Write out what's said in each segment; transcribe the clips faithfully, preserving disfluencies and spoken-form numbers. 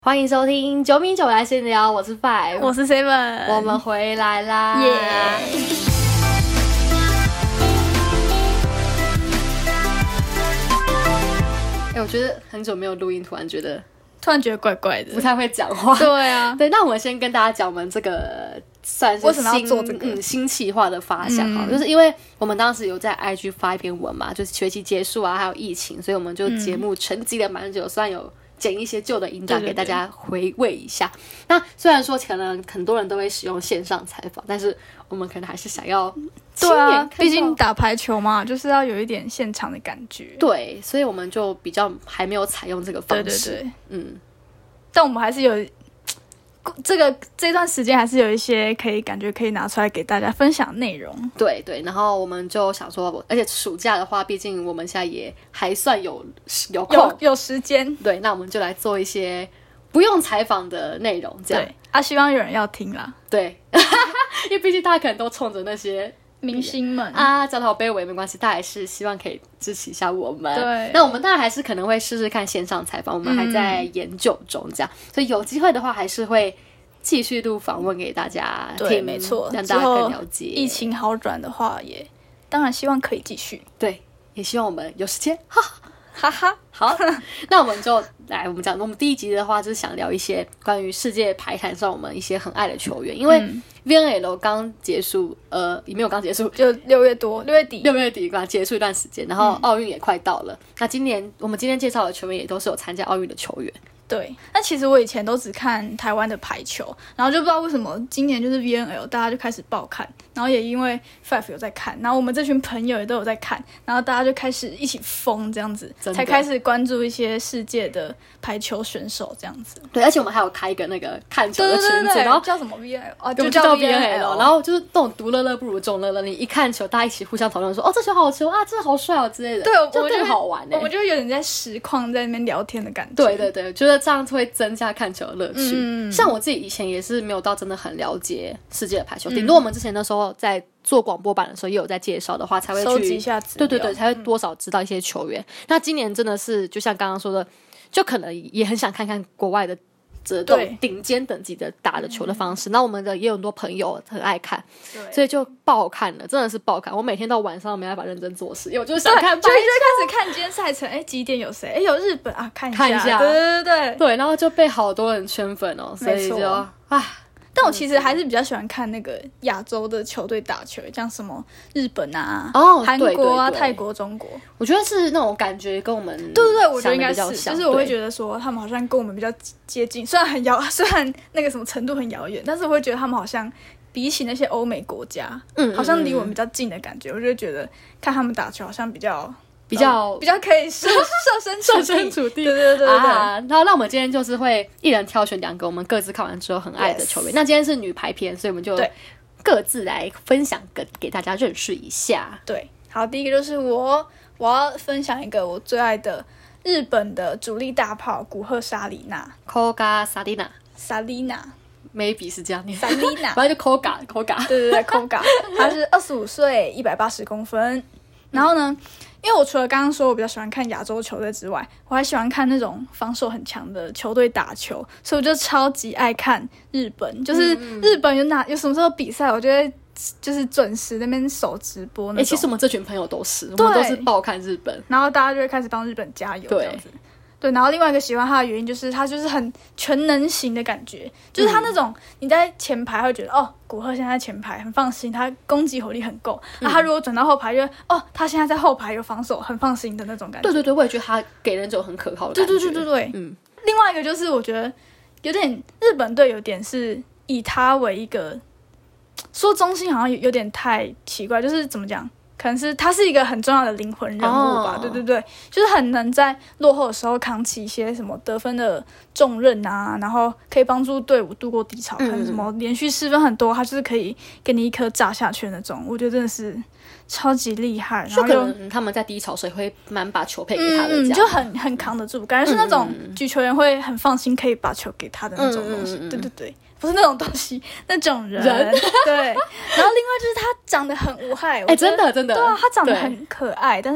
欢迎收听九米九来闲聊，我是 Five， 我是 Seven， 我们回来啦， 耶、 yeah 欸！我觉得很久没有录音，突然觉得突然觉得怪怪的， 不太会讲话。 对啊， 对，那我们先跟大家讲，我们这个算是为什么要新做这个嗯新企划的发想哈、 嗯， 就是因为我们当时有在 I G 发一篇文嘛，就是学期结束啊，还有疫情，所以我们就节目沉寂了蛮久，虽然有剪一些旧的音档给大家回味一下。对对对，那虽然说可能很多人都会使用线上采访，但是我们可能还是想要亲眼看到， 对啊，毕竟打排球嘛，就是要有一点现场的感觉。 对，所以我们就比较还没有采用这个方式。 对对对， 嗯， 但我们还是有这个这段时间还是有一些可以感觉可以拿出来给大家分享内容。 对对，然后我们就想说，而且暑假的话，毕竟我们现在也还算有有空有有时间， 对，那我们就来做一些不用采访的内容，这样对啊，希望有人要听啦。 对，因为毕竟大家可能都冲着那些明星们啊，讲得好卑微没关系，大家还是希望可以支持一下我们。 对， 那我们当然还是可能会试试看线上采访，我们还在研究中，这样、嗯，所以有机会的话，还是会继续录访问给大家听。 对，没错， 让大家更了解。 疫情好转的话也，也当然希望可以继续。 对，也希望我们有时间，哈哈哈。 好，那我们就来，我们讲，我们第一集的话，就是想聊一些关于世界排坛上我们一些很爱的球员，因为 V N L 刚结束，呃，也没有刚结束， 就六月多，六月底， 六月底刚结束一段时间，然后奥运也快到了。嗯、那今年我们今天介绍的球员也都是有参加奥运的球员。 对，那其实我以前都只看台湾的排球，然后就不知道为什么今年就是 V N L 大家就开始爆看，然后也因为 Five 有在看，然后我们这群朋友也都有在看，然后大家就开始一起疯这样子，才开始关注一些世界的排球选手这样子。 对，而且我们还有开一个那个看球的群组， 对对对对， 然后叫什么 V N L 啊， 就叫 V N L， 然后就是那种独乐乐不如众乐乐，你一看球，大家一起互相讨论说，哦，这球好球啊，这好帅哦之类的， 对， 就更好玩欸。 我们就有点在实况在那边聊天的感觉。 对对对，觉得这样会增加看球的乐趣、 嗯。 像我自己以前也是没有到真的很了解世界的排球，顶、嗯、多我们之前那时候在做广播版的时候也有在介绍的话，才会去收集一下资料， 对对对，才会多少知道一些球员、嗯。那今年真的是就像刚刚说的，就可能也很想看看国外的这种顶尖等级的打的球的方式。那我们的也有很多朋友很爱看，所以就爆看了，真的是爆看。我每天到晚上没办法认真做事，因为我就是想看排球， 就就开始看今天赛程，哎，几点有谁？哎，有日本啊，看一下， 看一下， 对对对对，然后就被好多人圈粉哦，所以就唉。 但我其实还是比较喜欢看那个亚洲的球队打球，像什么日本啊、 哦、 韩国啊、 对对对泰国、中国。 我觉得是那种感觉跟我们对对对，我觉得应该是，就是我会觉得得说他们好像跟我们比较接近，虽然很遥，虽然那个什么程度很遥远，但是我会觉得他们好像比起那些欧美国家，嗯，好像离我们比较近的感觉。嗯、我就觉得看他们打球好像比较。 比较、 呃、比较可以设设身设身处地， 对对对对对。 啊，然后那我们今天就是会一人挑选两个我们各自看完之后很爱的球员。Yes. 那今天是女排篇，所以我们就各自来分享给给大家认识一下。 对，好，第一个就是我我要分享一个我最爱的日本的主力大炮古贺紗理那 ，Koga Sarina Sarina maybe 是这样念 ，Sarina， 反正就 Koga Koga， 对对对 Koga， 他是二十五岁，一百八十公分，然后呢？因为我除了刚刚说我比较喜欢看亚洲球队之外，我还喜欢看那种防守很强的球队打球，所以我就超级爱看日本。就是日本有哪有什么时候比赛，我就会就是准时那边守直播那种。 哎、欸，其实我们这群朋友都是，我们都是爆看日本， 然后大家就会开始帮日本加油这样子。对，然后另外一个喜欢他的原因就是他就是很全能型的感觉，就是他那种你在前排会觉得、嗯、哦，古贺现在在前排很放心，他攻击火力很够。那、嗯啊、他如果转到后排就，就哦，他现在在后排有防守，很放心的那种感觉。 对对对，我也觉得他给人这种很可靠的感觉。 对对对对对，嗯。另外一个就是我觉得有点日本队有点是以他为一个说中心，好像有有点太奇怪，就是怎么讲？可能是他是一个很重要的灵魂人物吧， oh. 对对对，就是很能在落后的时候扛起一些什么得分的重任啊，然后可以帮助队伍度过低潮，可能什么连续失分很多，他就是可以给你一颗炸下去的那种，我觉得真的是超级厉害。然后就可能他们在低潮时候会蛮把球配给他的这样， 嗯，就很很扛得住，感觉是那种举球员会很放心可以把球给他的那种东西，嗯嗯嗯嗯对对对。不是那种东西，那种人，人对。然后另外就是他长得很无害，哎、 欸，真的真的， 对啊，他长得很可爱，但是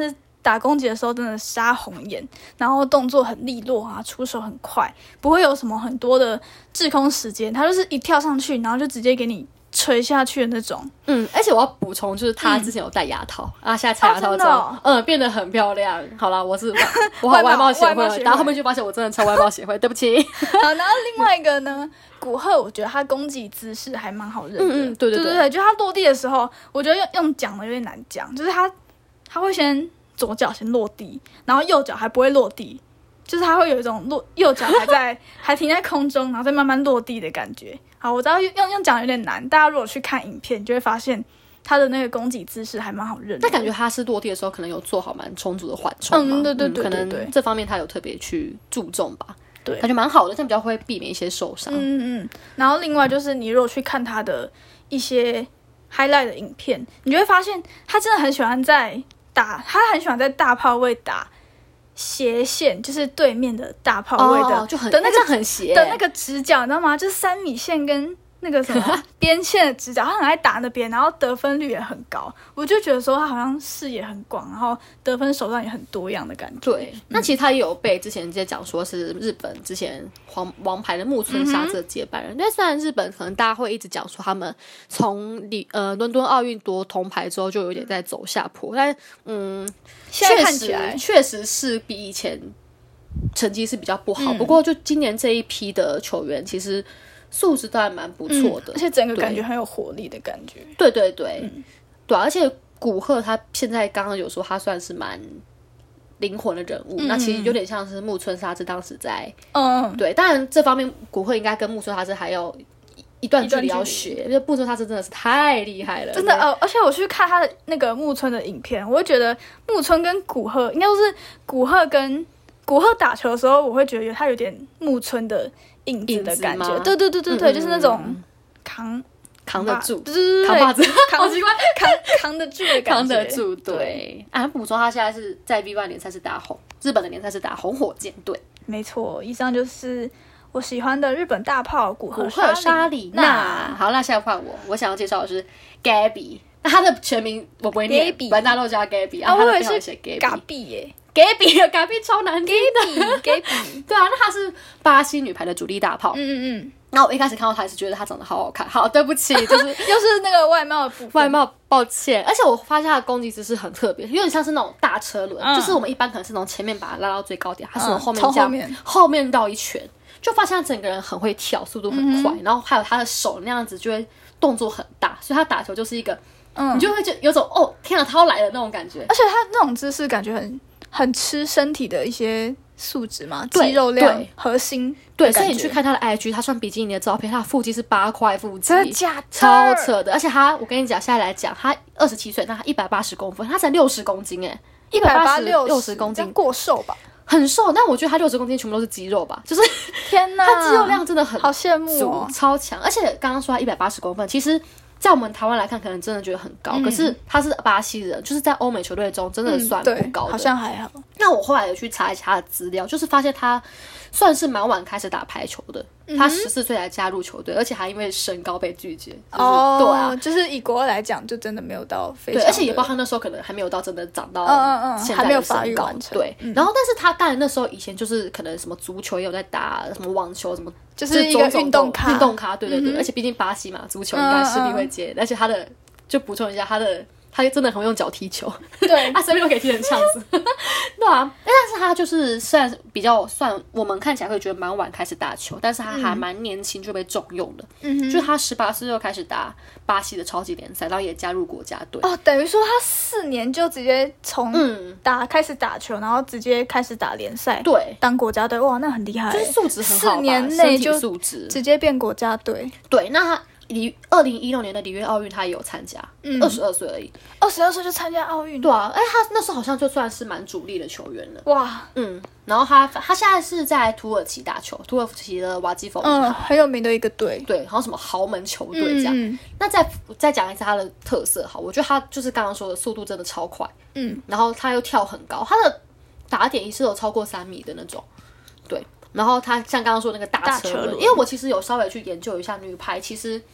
打攻击的时候真的杀红眼，然后动作很利落啊，出手很快，不会有什么很多的滞空时间，他就是一跳上去，然后就直接给你垂下去的那种。 嗯，而且我要补充，就是他之前有戴牙套、嗯、啊，现在拆牙套之后、哦哦，嗯，变得很漂亮。好啦，我是我好外貌协会，然后后面就发现我真的超外貌协会，对不起。 好，然后另外一个呢，古贺，我觉得他攻击姿势还蛮好认的。 嗯嗯，对对对, 对对对，就他落地的时候，我觉得用用讲的有点难讲，就是他他会先左脚先落地，然后右脚还不会落地。就是它会有一种落右脚还在还停在空中，然后再慢慢落地的感觉。好，我知道用用讲有点难，大家如果去看影片，就会发现它的那个攻击姿势还蛮好认的。 但感觉它是落地的时候可能有做好蛮充足的缓冲嘛， 嗯，对对对对对， 嗯，可能这方面他有特别去注重吧。 对， 感觉蛮好的，这样比较会避免一些受伤。 嗯嗯。然后另外就是你如果去看他的一些 highlight 的影片，你就会发现他真的很喜欢在打，他很喜欢在大炮位打。斜线就是对面的大炮位的， 哦、就很的那个很斜的那个直角，你知道吗？就是三米线跟那个什么边线的直角，他很爱打那边，然后得分率也很高。我就觉得说他好像视野很广，然后得分手段也很多样的感觉。 对，嗯、那其实他也有被之前直接讲说是日本之前黄王牌的木村沙织的接班人。但、嗯、虽然日本可能大家会一直讲说他们从呃伦敦奥运夺铜牌之后就有点在走下坡，但嗯。 现在看起来确实是比以前成绩是比较不好、嗯、不过就今年这一批的球员其实素质都还蛮不错的、 嗯、而且整个感觉很有活力的感觉。 对对对、嗯、对、啊、而且古贺他现在刚刚有说他算是蛮灵魂的人物、嗯、那其实有点像是木村沙织当时在嗯对，当然这方面古贺应该跟木村沙织还有一段距离要学，因为木村沙织真的是太厉害了， 真的呃，而且我去看他的那个木村的影片，我会觉得木村跟古贺应该都是古贺跟古贺打球的时候，我会觉得他有点木村的影子的感觉，对对对对对、嗯，就是那种扛扛得住， 对对对， 扛把子， 好奇怪，扛扛得住的感觉， 扛得住，对。对啊，补充他现在是在 V 一 联赛是打红，日本的联赛是打红火箭队， 没错。以上就是我喜欢的日本大炮古贺沙里娜。好，那现在换我，我想要介绍的是 Gabby， 那他的全名我不会念，反正大家都叫他 Gabby， 啊，他的背后写 Gabby 耶。 Gabby，Gabby 超难听的 ，Gabby， 对啊，那她是巴西女排的主力大炮， 嗯嗯嗯。 然后我一开始看到她也是觉得她长得好好看，好，对不起，就是又是那个外貌的部分， 外貌，抱歉。而且我发现她的攻击姿势很特别，有点像是那种大车轮、嗯，就是我们一般可能是从前面把它拉到最高点，她是从后面这样、嗯、后, 后面绕一圈，就发现她整个人很会跳，速度很快，嗯、然后还有她的手那样子就会动作很大，所以她打球就是一个，嗯、你就会觉得有种哦天啊，她要来了那种感觉， 而且她那种姿势感觉很。很吃身体的一些素质嘛，肌肉量、核心， 对，所以你去看他的 I G， 他穿比基尼的照片，他的腹肌是八块腹肌， 真的假的？ 超扯的！而且他，我跟你讲，现在来讲，他二十七岁，那他一百八十公分，他才六十公斤哎， 一百八十六十公斤， 过瘦吧？ 很瘦，但我觉得他六十公斤全部都是肌肉吧，就是天哪， 他肌肉量真的很好羡慕哦， 超强。而且刚刚说他一百八十公分，其实。在我们台湾来看，可能真的觉得很高，嗯、可是他是巴西人，就是在欧美球队中真的算不高的、 嗯、好像还好。 那我后来有去查一下他的资料，就是发现他算是蛮晚开始打排球的，嗯、他十四岁才加入球队，而且还因为身高被拒绝。就是、 哦， 对啊， 就是以国外来讲，就真的没有到非常。 对，而且也不知道他那时候可能还没有到真的长到现在的身高。嗯嗯嗯、对、嗯，然后但是他当然那时候以前就是可能什么足球也有在打，什么网球什么。 就是一个运动咖， 运动咖，对对对、嗯，而且毕竟巴西嘛，足球应该势必会接、嗯嗯，而且他的就补充一下，他的他真的很会用脚踢球， 对， 他随便都可以踢成这样子，对啊，但是他就是虽然比较算我们看起来会觉得蛮晚开始打球，但是他还蛮年轻就被重用了，嗯，就是他十八岁就开始打巴西的超级联赛，然后也加入国家队， 哦，等于说他四年就直接从打、嗯、开始打球，然后直接开始打联赛， 对， 当国家队，哇，那很厉害， 就是素质很好吧， 四年内就素质直接变国家队， 对，那他。里二零一六年的里约奥运，他也有参加，二十二岁而已， 二十二岁就参加奥运， 对啊，哎，他那时候好像就算是蛮主力的球员了， 哇， 嗯，然后他他现在是在土耳其打球，土耳其的瓦基佛， 嗯，很有名的一个队， 对，好像什么豪门球队这样。嗯、那再再讲一下他的特色，好，我觉得他就是刚刚说的速度真的超快，嗯，然后他又跳很高，他的打点也是有超过三米的那种，对。然后他像刚刚说那个大车轮，因为我其实有稍微去研究一下女排，其实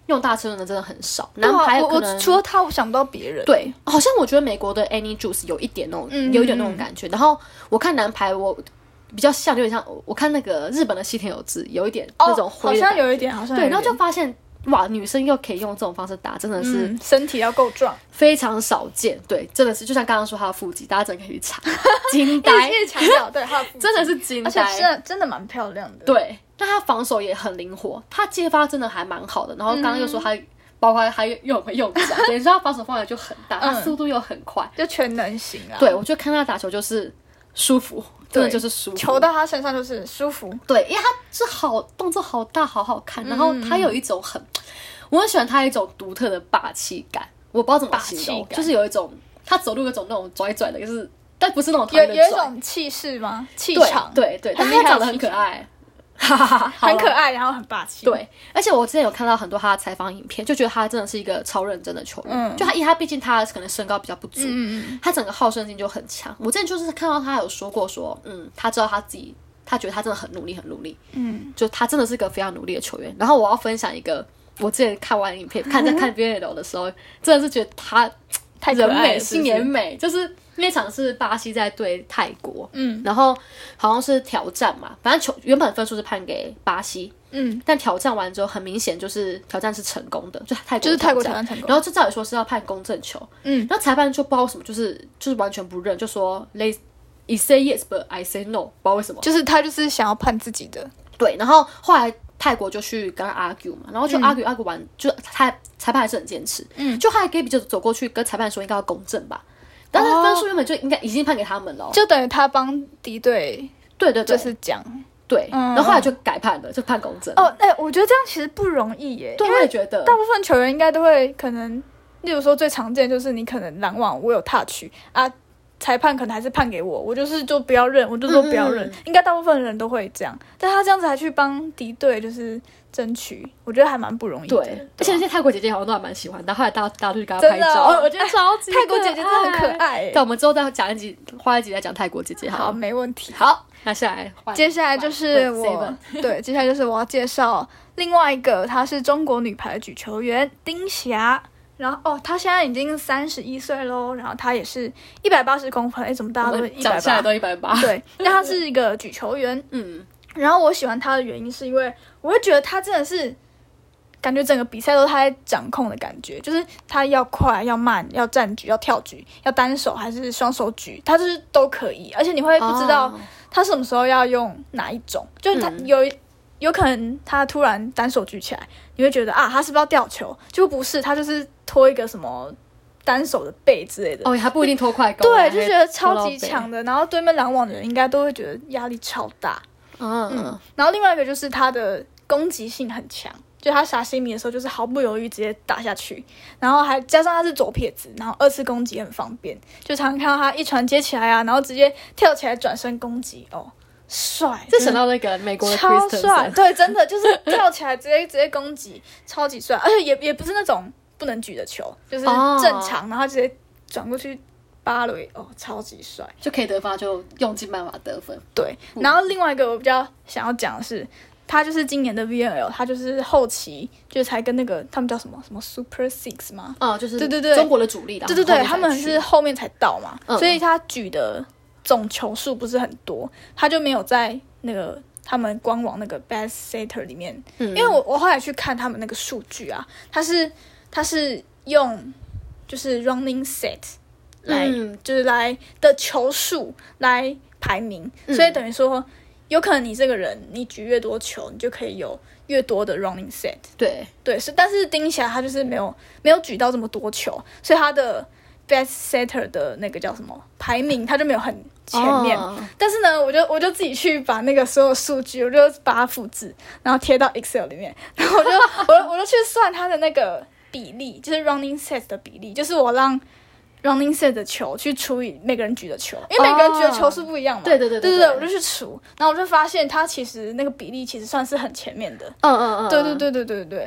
用大车轮的真的很少，男排可能、 啊、我我除了他我想不到别人。 对，好像我觉得美国的 Annie Juice 有一点那种、嗯、有一点那种感觉，然后我看男排我比较像，有点像我看那个日本的西田有志，有一点那种灰的感觉、 哦、好像有一点，好像有一点对，然后就发现哇，女生又可以用这种方式打，真的是、 嗯、身体要够壮， 非常少见。对，真的是就像刚刚说她的腹肌，大家真的可以去查，惊呆， 一直强调对她的腹肌， 真的是惊呆， 而且真的真的蛮漂亮的。 对，但她防守也很灵活，她接发真的还蛮好的。然后刚刚又说她。嗯包括他又很会用脚，等于说他防守范围就很大，他速度又很快， 就全能型啊。 对，我觉得看他打球就是舒服，真的就是舒服， 球到他身上就是舒服。 对，因为他是好动作好大，好好看，然后他有一种很，我很喜欢他一种独特的霸气感，我不知道怎么形容，就是有一种他走路有一种那种拽拽的，就是但不是那种有有一种气势吗？气场， 对对对，但他长得很可爱。 很可爱，然后很霸气。 对，而且我之前有看到很多他的采访影片，就觉得他真的是一个超认真的球员。嗯，就他，因为他毕竟他可能身高比较不足，嗯、他整个好胜心就很强。我之前就是看到他有说过说，嗯，他知道他自己，他觉得他真的很努力，很努力。嗯，就他真的是一个非常努力的球员。然后我要分享一个，我之前看完影片，看在看 B N L 的时候，真的是觉得他太人美心也美，就是那场是巴西在对泰国，嗯，然后好像是挑战嘛，反正球原本分数是判给巴西，嗯，但挑战完之后很明显就是挑战是成功的，就泰国就是泰国挑战成功， 然后就照理说是要判公正球，嗯，然后裁判就不知道为什么就是就是完全不认，就说 They I say yes but I say no， 不知道为什么， 就是他就是想要判自己的， 对，然后后来泰国就去跟他 argue 嘛，然后就 argue、嗯、argue 完，就他裁判还是很坚持，嗯，就后来 Gabe 就走过去跟裁判说应该要公正吧。但是分数原本就应该已经判给他们了、哦， 就等于他帮敌对， 对对对， 就是讲对、嗯，然后后来就改判了，就判公正。 哦，哎、欸，我觉得这样其实不容易耶， 对，我也觉得， 大部分球员应该都会可能，例如说最常见就是你可能拦网我有 touch 啊，裁判可能还是判给我，我就是就不要认，我就说不要认，嗯嗯应该大部分人都会这样，但他这样子还去帮敌对就是争取，我觉得还蛮不容易的。 对，对而且那些泰国姐姐好像都还蛮喜欢的，后来大家大家就去跟她拍照， 哦、 我觉得超级泰国姐姐真的很可爱。 对，我们之后再讲一集，花一集来讲泰国姐姐好。 好，没问题。 好，那下来接下来就是我，对，接下来就是我要介绍另外一个，她是中国女排举球员丁霞。然后哦，她现在已经三十一岁喽，然后她也是一百八十公分，哎，怎么大家都一百八？ 讲下来都一百八。 对，那她是一个举球员，嗯。然后我喜欢她的原因是因为我会觉得她真的是感觉整个比赛都她在掌控的感觉，就是她要快、要慢、要站举、要跳举、要单手还是双手举，她就是都可以，而且你会不知道她什么时候要用哪一种，就是她有。嗯有可能他突然单手举起来，你会觉得啊，他是不是要吊球？结果不是，他就是拖一个什么单手的背之类的。 哦，还不一定拖快攻。 对，就觉得超级强的。然后对面拦网的人应该都会觉得压力超大。嗯嗯。然后另外一个就是他的攻击性很强，就他杀西米的时候就是毫不犹豫直接打下去，然后还加上他是左撇子，然后二次攻击很方便，就常常看到他一传接起来啊，然后直接跳起来转身攻击哦。帅， 这想到那个美国的超帅，对，真的就是跳起来直接直接攻击，超级帅，而且也也不是那种不能举的球，就是正常，哦、然后直接转过去芭蕾，哦，超级帅， 就可以得分，就用尽办法得分。 对，然后另外一个我比较想要讲的是，他就是今年的 V N L， 他就是后期就才跟那个他们叫什么什么 Super Six 嘛， 哦，就是对对对， 中国的主力的， 对对对，他们是后面才到嘛，嗯、所以他举的。总球数不是很多，他就没有在那个他们官网那个 Best Setter 里面，嗯、因为我我后来去看他们那个数据啊，他是他是用就是 running set 来、嗯、就是来的球数来排名，嗯、所以等于说有可能你这个人你举越多球，你就可以有越多的 running set。对对，是，但是丁霞他就是没有没有举到这么多球，所以他的 Best Setter 的那个叫什么排名，他就没有很前面。Oh. 但是呢，我就我就自己去把那个所有数据，我就把它复制，然后贴到 Excel 里面，然后我就我我就去算他的那个比例，就是 running set 的比例，就是我让 running set 的球去除以每个人举的球，因为每个人举的球是不一样嘛。对、oh. 对对对对对，我就去除，然后我就发现他其实那个比例其实算是很前面的。嗯嗯嗯，对对对对对对。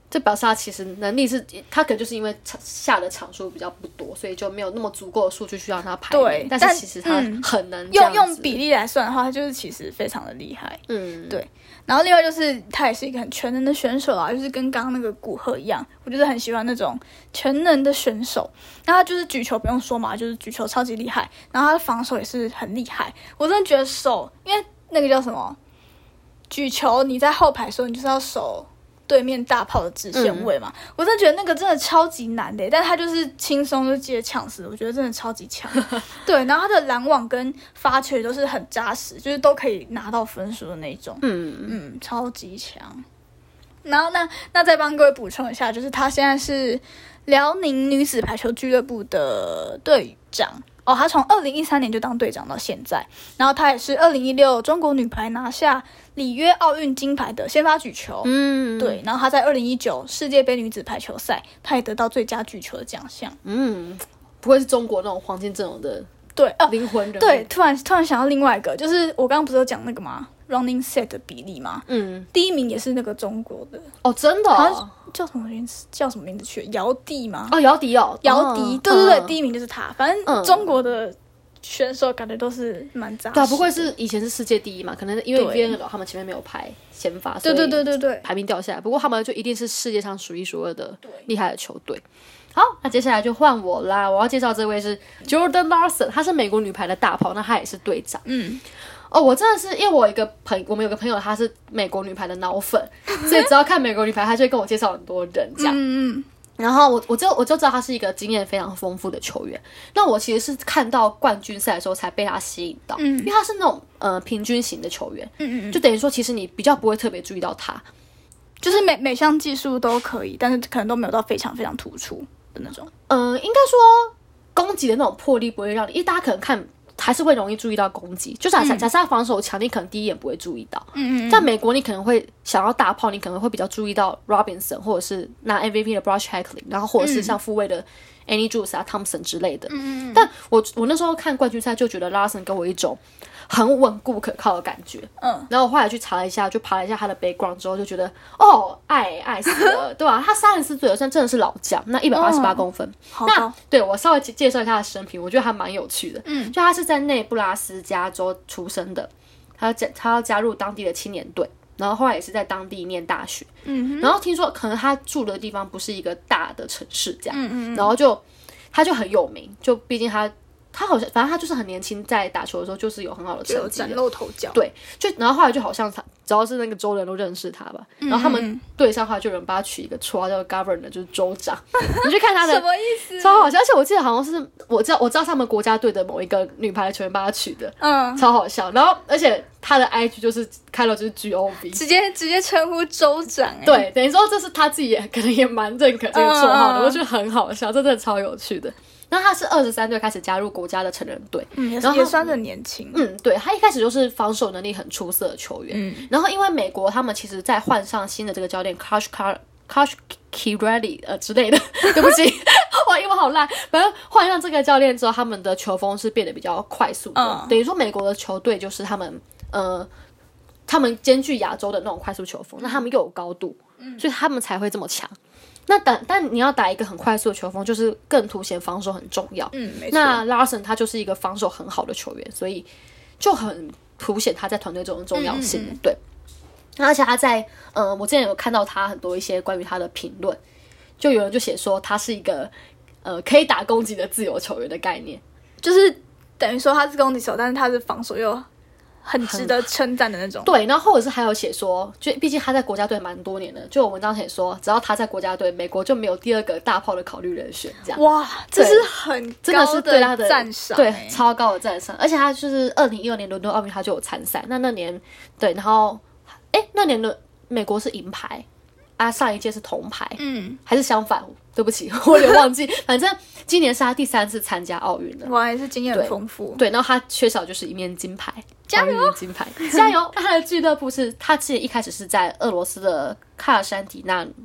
这表示他其实能力是，他可能就是因为下的场数比较不多，所以就没有那么足够的数据去让他排名。 对， 但是其实他很能这样子、 嗯、用用比例来算的话，他就是其实非常的厉害。 嗯， 对。然后另外就是他也是一个很全能的选手啊，就是跟刚刚那个古贺一样，我就是很喜欢那种全能的选手。然后他就是举球不用说嘛，就是举球超级厉害，然后他的防守也是很厉害。我真的觉得守，因为那个叫什么，举球你在后排的时候，你就是要守对面大炮的直线位嘛、嗯、我真的觉得那个真的超级难的，但他就是轻松就接抢死，我觉得真的超级强。对，然后他的拦网跟发球都是很扎实，就是都可以拿到分数的那种。嗯嗯，超级强。然后那那再帮各位补充一下，就是他现在是辽宁女子排球俱乐部的队长。哦，他从二零一三年就当队长到现在，然后他也是二零一六中国女排拿下里约奥运金牌的先发举球，嗯，对，然后他在二零一九世界杯女子排球赛，他也得到最佳举球的奖项， 嗯，不会是中国那种黄金阵容的对哦灵魂人物， 对，突然突然想到另外一个，就是我刚刚不是有讲那个吗 ？Running set 的比例吗？嗯，第一名也是那个中国的哦，真的、哦， 好像叫什么名字？叫什么名字去？姚笛吗？ 哦，姚笛哦， 姚笛， 哦、 对对对、 嗯， 第一名就是他。反正中国的选手感觉都是蛮扎实的。 对啊，不愧是以前是世界第一嘛，可能因为 V N L 他们前面没有排先发， 对对对对对， 排名掉下来。不过他们就一定是世界上数一数二的厉害的球队。好，那接下来就换我啦，我要介绍这位是 Jordan Larson， 他是美国女排的大炮，那他也是队长。嗯。哦，我真的是因为我有一个朋，我们有个朋友他是美国女排的脑粉，所以只要看美国女排，他就会跟我介绍很多人这样。嗯嗯。然后我我就我就知道他是一个经验非常丰富的球员。那我其实是看到冠军赛的时候才被他吸引到，嗯，因为他是那种呃平均型的球员，嗯嗯，就等于说其实你比较不会特别注意到他， 就是每每项技术都可以，但是可能都没有到非常非常突出的那种。 嗯、呃，应该说攻击的那种魄力不会让你，因为大家可能看。还是会容易注意到攻击，就假设假设他防守强，你可能第一眼不会注意到。嗯嗯。在美国，你可能会想要大炮，你可能会比较注意到 Robinson， 或者是拿 M V P 的 Brad Shackley， 然后或者是像副位的 Annie Juice 啊、Thompson 之类的。嗯嗯。但我我那时候看冠军赛就觉得 Larson 给我一种很稳固可靠的感觉。嗯。然后我后来去查了一下，就爬了一下他的 background 之后，就觉得哦，爱爱死了，对吧、啊？他三十四岁了，算真的是老将，那一百八十八公分。 哦、 那对我稍微介绍一下他的生平，我觉得还蛮有趣的。嗯。就他是在内布拉斯加州出生的，他要加他要加入当地的青年队，然后后来也是在当地念大学。嗯。然后听说可能他住的地方不是一个大的城市，这样。嗯嗯。然后就他就很有名，就毕竟他。他好像，反正他就是很年轻，在打球的时候就是有很好的成绩， 崭露头角。 对，就然后后来就好像他，只要是那个州人都认识他吧。嗯、然后他们队上的话，就有人帮他取一个绰号叫 Governor， 就是州长。你去看他的什么意思？ 超好笑，而且我记得好像是我知道，我知道他们国家队的某一个女排的球员帮他取的，嗯，超好笑。然后而且他的 I G 就是开了就是 G O V， 直接直接称呼州长、欸。 对，等于说这是他自己也可能也蛮认可这个绰号的，嗯、我觉得很好笑，这真的超有趣的。然后他是二十三岁开始加入国家的成人队， 嗯， 然后也算很年轻。 嗯，对，他一开始就是防守能力很出色的球员。嗯，然后因为美国他们其实在换上新的这个教练 Coach Coach Kirelli 呃之类的，对不起，我英文好烂。反正换上这个教练之后，他们的球风是变得比较快速的，嗯、等于说美国的球队就是他们呃，他们兼具亚洲的那种快速球风，那他们又有高度，嗯、所以他们才会这么强。那但但你要打一个很快速的球风，就是更凸显防守很重要。 嗯，没错。 那 Larson 他就是一个防守很好的球员，所以就很凸显他在团队中的重要性。嗯嗯嗯对，而且他在呃，我之前有看到他很多一些关于他的评论，就有人就写说他是一个呃可以打攻击的自由球员的概念， 就是等于说他是攻击手，但是他的防守又很值得称赞的那种。 对，然后或者是还有写说，就毕竟他在国家队蛮多年的，就有文章写说，只要他在国家队，美国就没有第二个大炮的考虑人选。这样哇，这是很真的是对他的赞赏， 对，超高的赞赏。而且他就是二零一二年伦敦奥运他就有参赛，那那年对，然后哎那年的美国是银牌啊，上一届是铜牌，嗯，还是相反？对不起，我有点忘记。反正今年是他第三次参加奥运了， 哇，还是经验很丰富。 对，然后他缺少就是一面金牌， 加油， 金牌，加油！他的俱乐部是他之前一开始是在俄罗斯的卡尔山提纳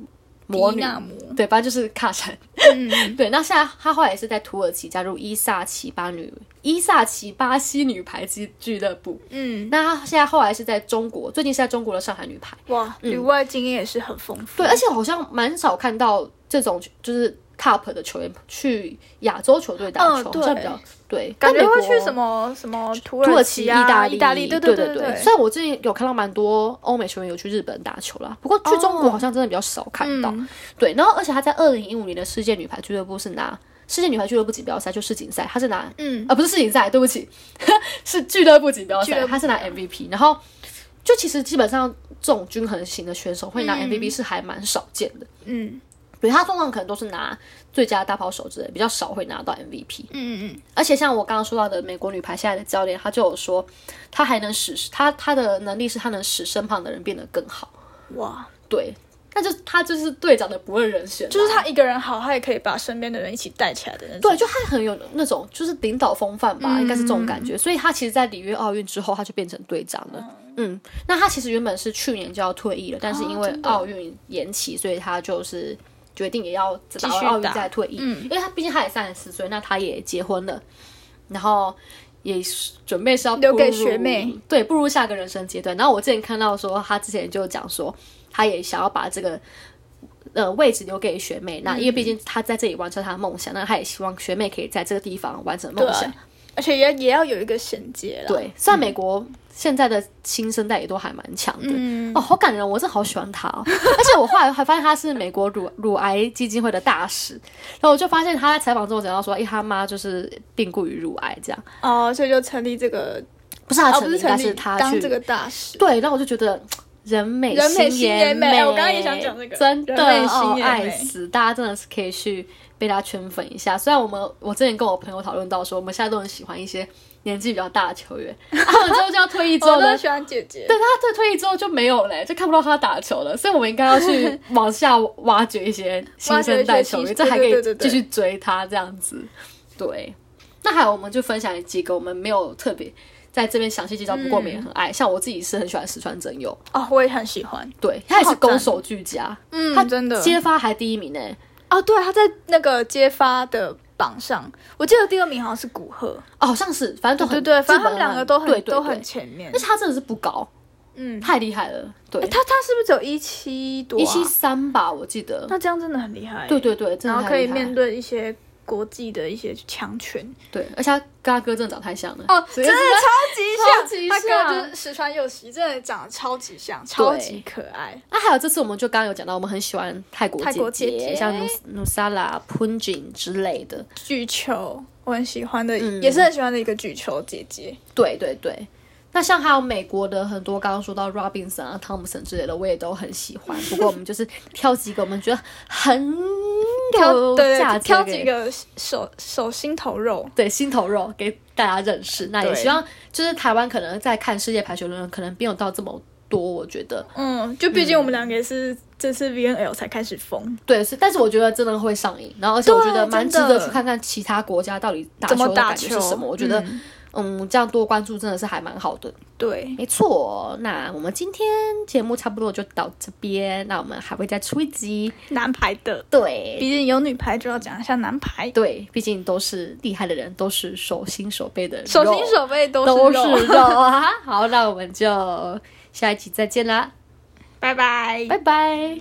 魔女， 迪纳摩对，反正就是卡产。 嗯对，那现在她后来也是在土耳其加入伊萨奇巴女伊萨奇巴西女排俱俱乐部。 嗯， 那她现在后来是在中国，最近是在中国的上海女排。 哇，旅外经验也是很丰富。 对，而且好像蛮少看到这种就是 top 的球员去亚洲球队打球， 嗯、对， 好像比较对， 感觉会去什么什么土耳其、啊、 土耳其、意大利、 意大利，对对对对对。虽然我最近有看到蛮多欧美球员有去日本打球啦，不过去中国好像真的比较少看到。 哦嗯、 对，然后而且他在二零一五年的世界女排俱乐部是拿世界女排俱乐部锦标赛，就世锦赛，他是拿嗯啊不是世锦赛，对不起，是俱乐部锦标赛，他是拿 M V P， 然后就其实基本上这种均衡型的选手会拿 M V P 是还蛮少见的。嗯。对，他通常可能都是拿最佳大炮手之类，比较少会拿到 M V P。嗯嗯。而且像我刚刚说到的美国女排现在的教练，他就有说，他还能使他他的能力是他能使身旁的人变得更好。哇，对，那就他就是队长的不二人选， 就是他一个人好，他也可以把身边的人一起带起来的那种。 对，就他很有那种就是领导风范吧，嗯、应该是这种感觉。所以他其实，在里约奥运之后，他就变成队长了。嗯, 嗯，那他其实原本是去年就要退役了，但是因为奥运延期，所以他就是决定也要打完奥运再退役，嗯，因为他毕竟他也三十四岁，那他也结婚了，然后也准备是要留给学妹， 对，步入下个人生阶段。然后我之前看到说，他之前就讲说，他也想要把这个呃位置留给学妹，那因为毕竟他在这里完成他的梦想，那他也希望学妹可以在这个地方完成梦想。 而且也也要有一个衔接啦。 对，虽然美国现在的新生代也都还蛮强的，嗯、哦，好感人，我真的好喜欢他哦。而且我后来还发现他是美国乳乳癌基金会的大使，然后我就发现他在采访中讲到说，哎，他妈就是病故于乳癌这样。 哦，所以就成立这个， 不是他成立， 哦、 但是他去当这个大使。 对，然后我就觉得人美人美心也美，美我刚刚也想讲这个， 真的人美心也美， 哦，爱死，大家真的是可以去被他圈粉一下。虽然我们我之前跟我朋友讨论到说，我们现在都很喜欢一些年纪比较大的球员，他们之后就要退役之后呢， 我都喜欢姐姐。 对，他退退役之后就没有了，就看不到他打球了。所以我们应该要去往下挖掘一些新生代球员，这还可以继续追他这样子。对，那还有我们就分享几个我们没有特别在这边详细介绍，不过我们也很爱。嗯、像我自己是很喜欢石川真佑哦，我也很喜欢。 对，他也是攻守俱佳， 嗯， 他真的接发还第一名呢。 哦，对，他在那个接发的榜上，我记得第二名好像是古贺， 哦，好像是，反正都很对对，反正他们两个都很对对对都很前面， 而且他真的是不高，嗯，太厉害了。对， 他他是不是只有一七多、啊？ 一七三吧，我记得。 那这样真的很厉害。 对对对，真的然后可以面对一些国际的一些强权。 对，而且他跟他哥真的长太像了。 哦，真的超级像， 超级像他哥就是石川佑希，真的长得超级像，超级可爱。 那、啊、还有这次我们就刚刚有讲到，我们很喜欢泰国姐姐， 泰国姐姐像努努萨拉、潘锦之类的举球，我很喜欢的，嗯、也是很喜欢的一个举球姐姐。 对对对。那像还有美国的很多，刚刚说到 Robinson 啊、汤姆森之类的，我也都很喜欢。不过我们就是挑几个我们觉得很有价值， 挑几个手手心头肉， 对，心头肉给大家认识。那也希望就是台湾可能在看世界排球的人，可能没有到这么多，我觉得。 嗯，就毕竟我们两个也是这次 V N L 才开始疯。 对，是，但是我觉得真的会上瘾，然后而且我觉得蛮值得去看看其他国家到底打球的感觉是什么。我觉得。嗯嗯，这样多关注真的是还蛮好的。 对， 没错。那我们今天节目差不多就到这边，那我们还会再出一集男排的。 对， 毕竟有女排就要讲一下男排。 对，毕竟都是厉害的人，都是手心手背的人， 手心手背都是肉都是肉啊。好，那我们就下一集再见啦， 拜拜， 拜拜。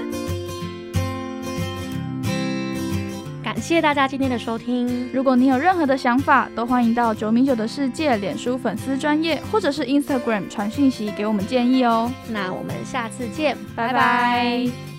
感谢大家今天的收听。 如果你有任何的想法，都欢迎到九米九的世界脸书粉丝专页，或者是 Instagram 传讯息给我们建议哦。 那我们下次见， 拜拜。